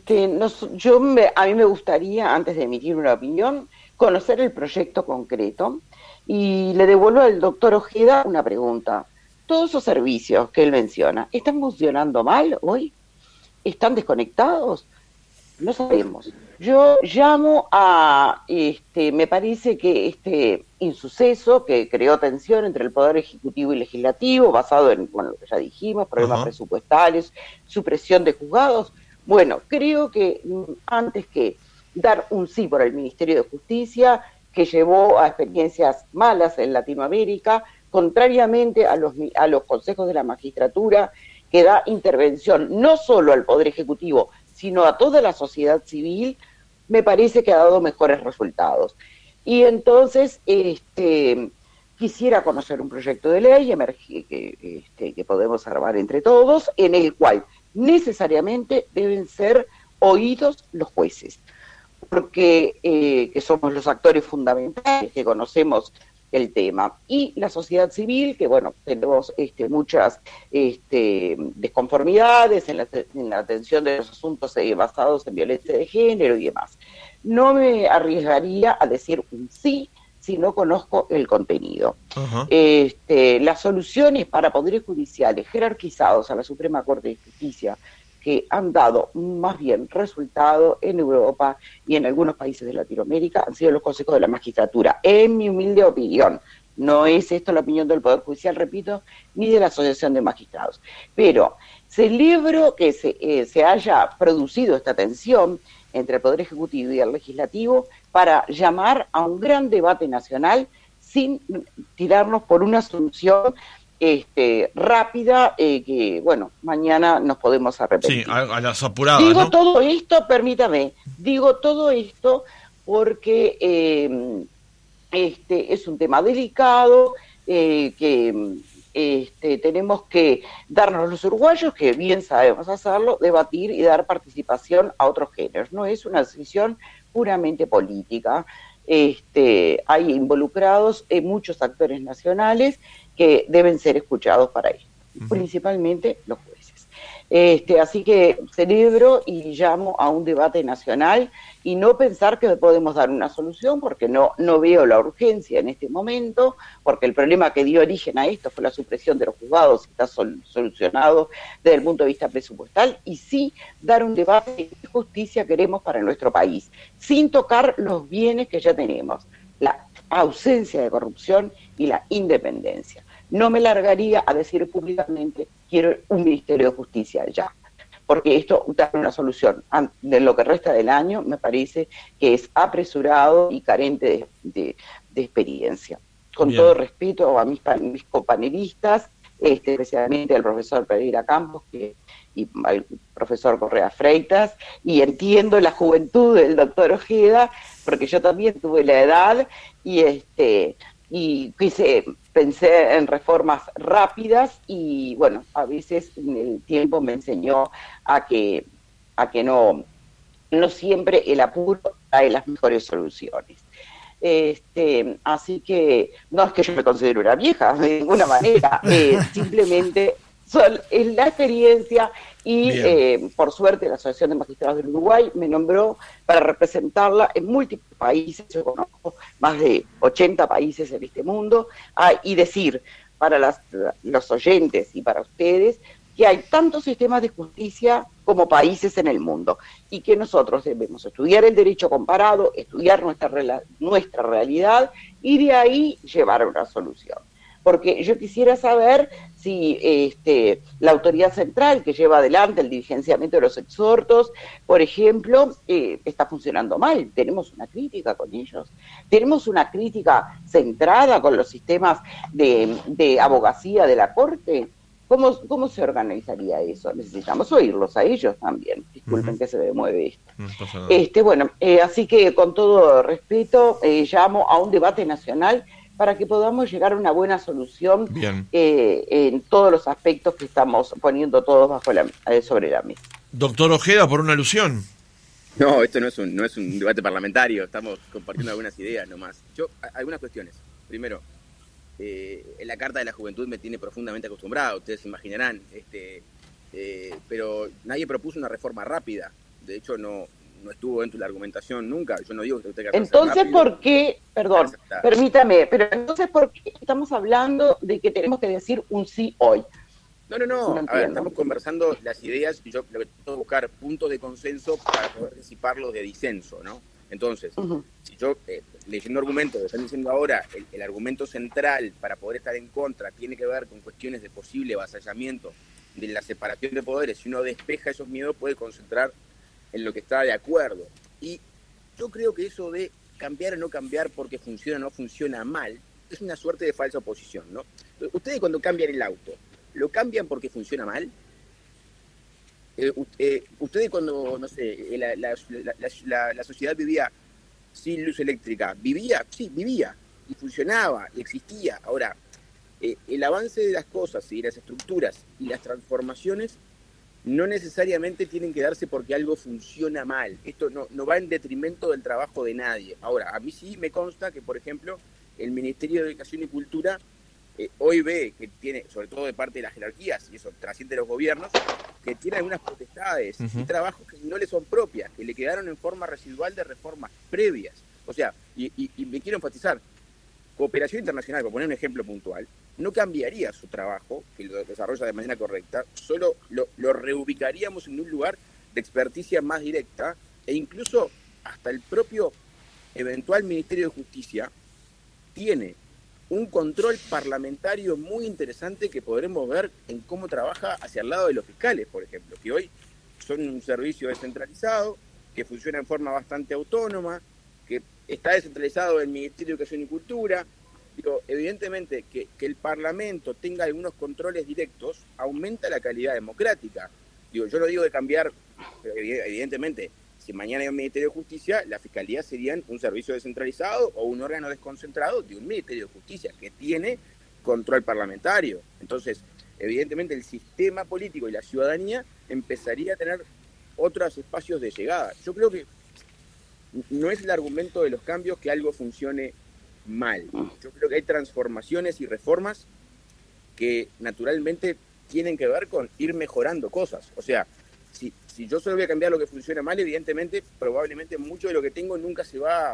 a mí me gustaría, antes de emitir una opinión, conocer el proyecto concreto, y le devuelvo al doctor Ojeda una pregunta. ¿Todos esos servicios que él menciona están funcionando mal hoy? ¿Están desconectados? No sabemos. Yo llamo a, me parece que este insuceso que creó tensión entre el Poder Ejecutivo y Legislativo, basado en, lo que ya dijimos, problemas presupuestarios, supresión de juzgados. Bueno, creo que antes que dar un sí por el Ministerio de Justicia, que llevó a experiencias malas en Latinoamérica, contrariamente a los consejos de la magistratura, que da intervención no solo al Poder Ejecutivo, sino a toda la sociedad civil, me parece que ha dado mejores resultados. Y entonces quisiera conocer un proyecto de ley que podemos armar entre todos, en el cual necesariamente deben ser oídos los jueces, porque que somos los actores fundamentales, que conocemos el tema, y la sociedad civil, que bueno, tenemos muchas desconformidades en la atención de los asuntos basados en violencia de género y demás. No me arriesgaría a decir un sí si no conozco el contenido. Las soluciones para poderes judiciales jerarquizados a la Suprema Corte de Justicia, que han dado más bien resultado en Europa y en algunos países de Latinoamérica, han sido los consejos de la magistratura, en mi humilde opinión. No es esto la opinión del Poder Judicial, repito, ni de la Asociación de Magistrados. Pero celebro que se haya producido esta tensión entre el Poder Ejecutivo y el Legislativo para llamar a un gran debate nacional sin tirarnos por una solución rápida, que bueno, mañana nos podemos arrepentir. Sí, a las apuradas, digo, ¿no? todo esto, permítame, digo todo esto porque es un tema delicado, que tenemos que darnos los uruguayos, que bien sabemos hacerlo, debatir y dar participación a otros géneros. No es una decisión puramente política. Hay involucrados muchos actores nacionales que deben ser escuchados para ello, principalmente los jueces. Así que celebro y llamo a un debate nacional y no pensar que podemos dar una solución, porque no veo la urgencia en este momento, porque el problema que dio origen a esto fue la supresión de los juzgados y está solucionado desde el punto de vista presupuestal, y sí dar un debate de qué justicia queremos para nuestro país, sin tocar los bienes que ya tenemos, la ausencia de corrupción y la independencia. No me largaría a decir públicamente quiero un Ministerio de Justicia ya, porque esto da una solución de lo que resta del año, me parece que es apresurado y carente de experiencia. con Bien. todo respeto a mis companelistas, especialmente al profesor Pereira Campos y al profesor Correa Freitas, y entiendo la juventud del doctor Ojeda, porque yo también tuve la edad y pensé en reformas rápidas y bueno, a veces el tiempo me enseñó a que no siempre el apuro trae las mejores soluciones. Así que no es que yo me considero una vieja de ninguna manera, simplemente es la experiencia y por suerte la Asociación de Magistrados del Uruguay me nombró para representarla en múltiples países. Yo conozco más de 80 países en este mundo, y decir para los oyentes y para ustedes que hay tantos sistemas de justicia como países en el mundo y que nosotros debemos estudiar el derecho comparado, estudiar nuestra realidad y de ahí llevar a una solución. Porque yo quisiera saber si la autoridad central que lleva adelante el diligenciamiento de los exhortos, por ejemplo, está funcionando mal. Tenemos una crítica con ellos. Tenemos una crítica centrada con los sistemas de abogacía de la Corte. ¿Cómo se organizaría eso? Necesitamos oírlos a ellos también. Disculpen que se me mueve esto. No pasa nada. Bueno, así que con todo respeto llamo a un debate nacional para que podamos llegar a una buena solución en todos los aspectos que estamos poniendo todos sobre la mesa. Doctor Ojeda, por una alusión. No, esto no es un debate parlamentario, estamos compartiendo algunas ideas nomás. Algunas cuestiones. Primero, la Carta de la Juventud me tiene profundamente acostumbrado, ustedes se imaginarán, pero nadie propuso una reforma rápida. De hecho, no estuvo dentro de la argumentación nunca. Yo no digo que usted tenga que hacer entonces, rápido. ¿por qué? Perdón, permítame, pero entonces, ¿por qué estamos hablando de que tenemos que decir un sí hoy? No. A ver, estamos conversando las ideas y yo lo que tengo que buscar puntos de consenso para poder disiparlos de disenso, ¿no? Entonces, si yo, leyendo argumentos, están diciendo ahora, el argumento central para poder estar en contra tiene que ver con cuestiones de posible avasallamiento de la separación de poderes. Si uno despeja esos miedos, puede concentrar en lo que está de acuerdo. Y yo creo que eso de cambiar o no cambiar porque funciona o no funciona mal, es una suerte de falsa oposición, ¿no? Ustedes cuando cambian el auto, ¿lo cambian porque funciona mal? Ustedes cuando, no sé, la sociedad vivía sin luz eléctrica, ¿vivía? Sí, vivía, y funcionaba, y existía. Ahora, el avance de las cosas y de las estructuras y las transformaciones no necesariamente tienen que darse porque algo funciona mal. Esto no va en detrimento del trabajo de nadie. Ahora, a mí sí me consta que, por ejemplo, el Ministerio de Educación y Cultura hoy ve que tiene, sobre todo de parte de las jerarquías, y eso trasciende los gobiernos, que tiene algunas potestades y trabajos que no le son propias, que le quedaron en forma residual de reformas previas. O sea, y me quiero enfatizar, cooperación internacional, por poner un ejemplo puntual, no cambiaría su trabajo, que lo desarrolla de manera correcta, solo lo reubicaríamos en un lugar de experticia más directa, e incluso hasta el propio eventual Ministerio de Justicia tiene un control parlamentario muy interesante que podremos ver en cómo trabaja hacia el lado de los fiscales, por ejemplo, que hoy son un servicio descentralizado, que funciona en forma bastante autónoma, que está descentralizado el Ministerio de Educación y Cultura. Digo, evidentemente que el Parlamento tenga algunos controles directos aumenta la calidad democrática. Digo, yo no digo de cambiar, pero evidentemente, si mañana hay un Ministerio de Justicia, la Fiscalía serían un servicio descentralizado o un órgano desconcentrado de un Ministerio de Justicia que tiene control parlamentario. Entonces, evidentemente el sistema político y la ciudadanía empezaría a tener otros espacios de llegada. Yo creo que no es el argumento de los cambios que algo funcione mal. Yo creo que hay transformaciones y reformas que naturalmente tienen que ver con ir mejorando cosas. O sea, si yo solo voy a cambiar lo que funciona mal, evidentemente, probablemente mucho de lo que tengo nunca se va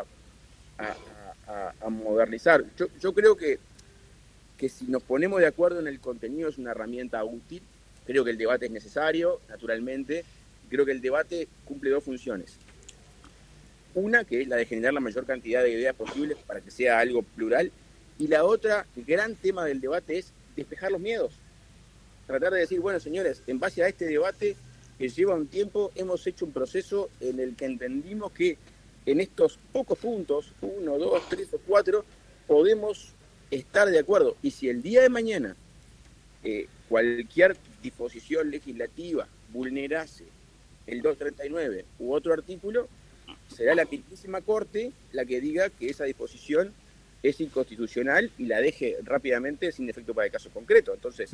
a modernizar. Yo creo que si nos ponemos de acuerdo en el contenido es una herramienta útil. Creo que el debate es necesario, naturalmente. Creo que el debate cumple dos funciones. Una, que es la de generar la mayor cantidad de ideas posibles para que sea algo plural. Y la otra, el gran tema del debate es despejar los miedos. Tratar de decir, bueno, señores, en base a este debate que lleva un tiempo, hemos hecho un proceso en el que entendimos que en estos pocos puntos, 1, 2, 3 o 4, podemos estar de acuerdo. Y si el día de mañana cualquier disposición legislativa vulnerase el 239 u otro artículo, será la mismísima Corte la que diga que esa disposición es inconstitucional y la deje rápidamente sin efecto para el caso concreto. Entonces,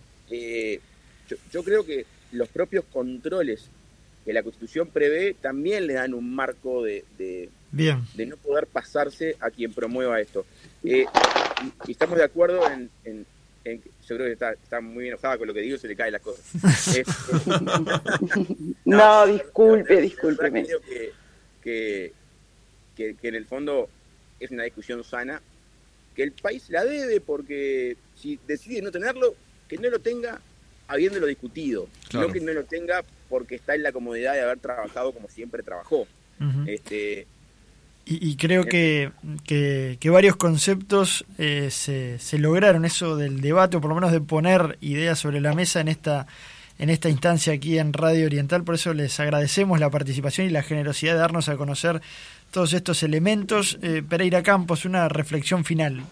yo creo que los propios controles que la Constitución prevé también le dan un marco de no poder pasarse a quien promueva esto. Y estamos de acuerdo en yo creo que está muy enojada con lo que digo, se le caen las cosas. No, discúlpeme. Creo que en el fondo es una discusión sana, que el país la debe, porque si decide no tenerlo, que no lo tenga habiéndolo discutido, claro. No que no lo tenga porque está en la comodidad de haber trabajado como siempre trabajó. Uh-huh. Y creo que varios conceptos se lograron, eso del debate, o por lo menos de poner ideas sobre la mesa en esta instancia aquí en Radio Oriental. Por eso les agradecemos la participación y la generosidad de darnos a conocer todos estos elementos. Pereira Campos, una reflexión final.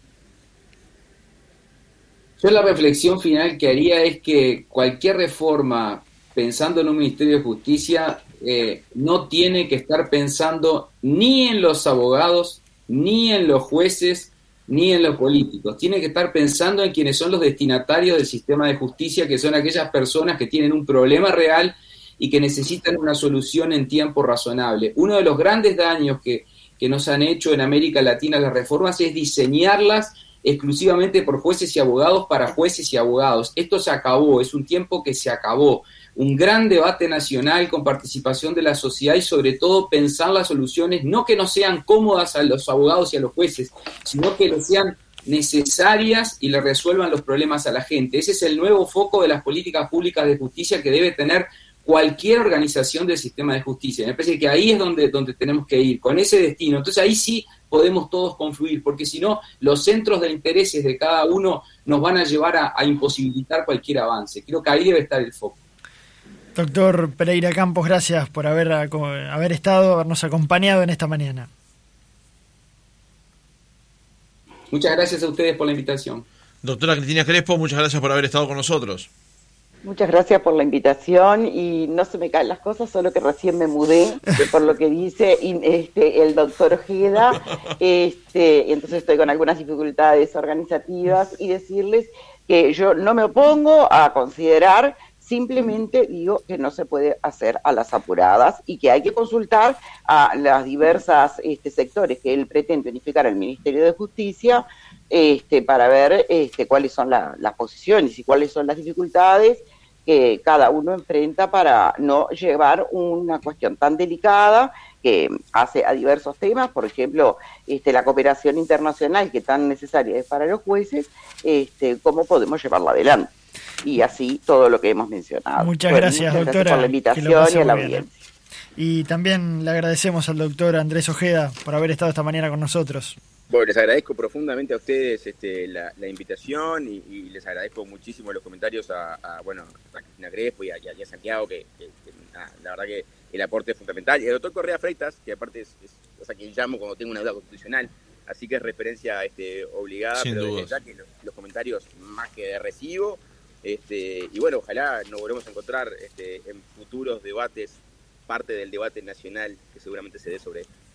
Yo la reflexión final que haría es que cualquier reforma pensando en un Ministerio de Justicia no tiene que estar pensando ni en los abogados, ni en los jueces, ni en los políticos. Tiene que estar pensando en quienes son los destinatarios del sistema de justicia, que son aquellas personas que tienen un problema real y que necesitan una solución en tiempo razonable. Uno de los grandes daños que nos han hecho en América Latina las reformas es diseñarlas exclusivamente por jueces y abogados para jueces y abogados. Esto se acabó, es un tiempo que se acabó. Un gran debate nacional con participación de la sociedad y sobre todo pensar las soluciones, no que no sean cómodas a los abogados y a los jueces, sino que lo sean necesarias y le resuelvan los problemas a la gente. Ese es el nuevo foco de las políticas públicas de justicia que debe tener cualquier organización del sistema de justicia. Me parece que ahí es donde tenemos que ir, con ese destino. Entonces ahí sí podemos todos confluir, porque si no, los centros de intereses de cada uno nos van a llevar a imposibilitar cualquier avance. Creo que ahí debe estar el foco. Doctor Pereira Campos, gracias por haber estado, habernos acompañado en esta mañana. Muchas gracias a ustedes por la invitación. Doctora Cristina Crespo, muchas gracias por haber estado con nosotros. Muchas gracias por la invitación y no se me caen las cosas, solo que recién me mudé, por lo que dice el doctor Ojeda, entonces estoy con algunas dificultades organizativas y decirles que yo no me opongo a considerar, simplemente digo que no se puede hacer a las apuradas y que hay que consultar a las diversas sectores que él pretende unificar al Ministerio de Justicia para ver cuáles son las posiciones y cuáles son las dificultades que cada uno enfrenta para no llevar una cuestión tan delicada que hace a diversos temas, por ejemplo, la cooperación internacional que tan necesaria es para los jueces, cómo podemos llevarla adelante. Y así todo lo que hemos mencionado. Muchas gracias, doctora. Gracias por la invitación y a la audiencia. Y también le agradecemos al doctor Andrés Ojeda por haber estado esta mañana con nosotros. Bueno, les agradezco profundamente a ustedes la invitación y les agradezco muchísimo los comentarios a Cristina Crespo y a Santiago, que la verdad que el aporte es fundamental. Y al doctor Correa Freitas, que aparte es a quien llamo cuando tengo una duda constitucional, así que es referencia obligada, sin pero dudas. desde ya que los comentarios más que de recibo. Y bueno, ojalá nos volvemos a encontrar en futuros debates, parte del debate nacional que seguramente se dé sobre esto.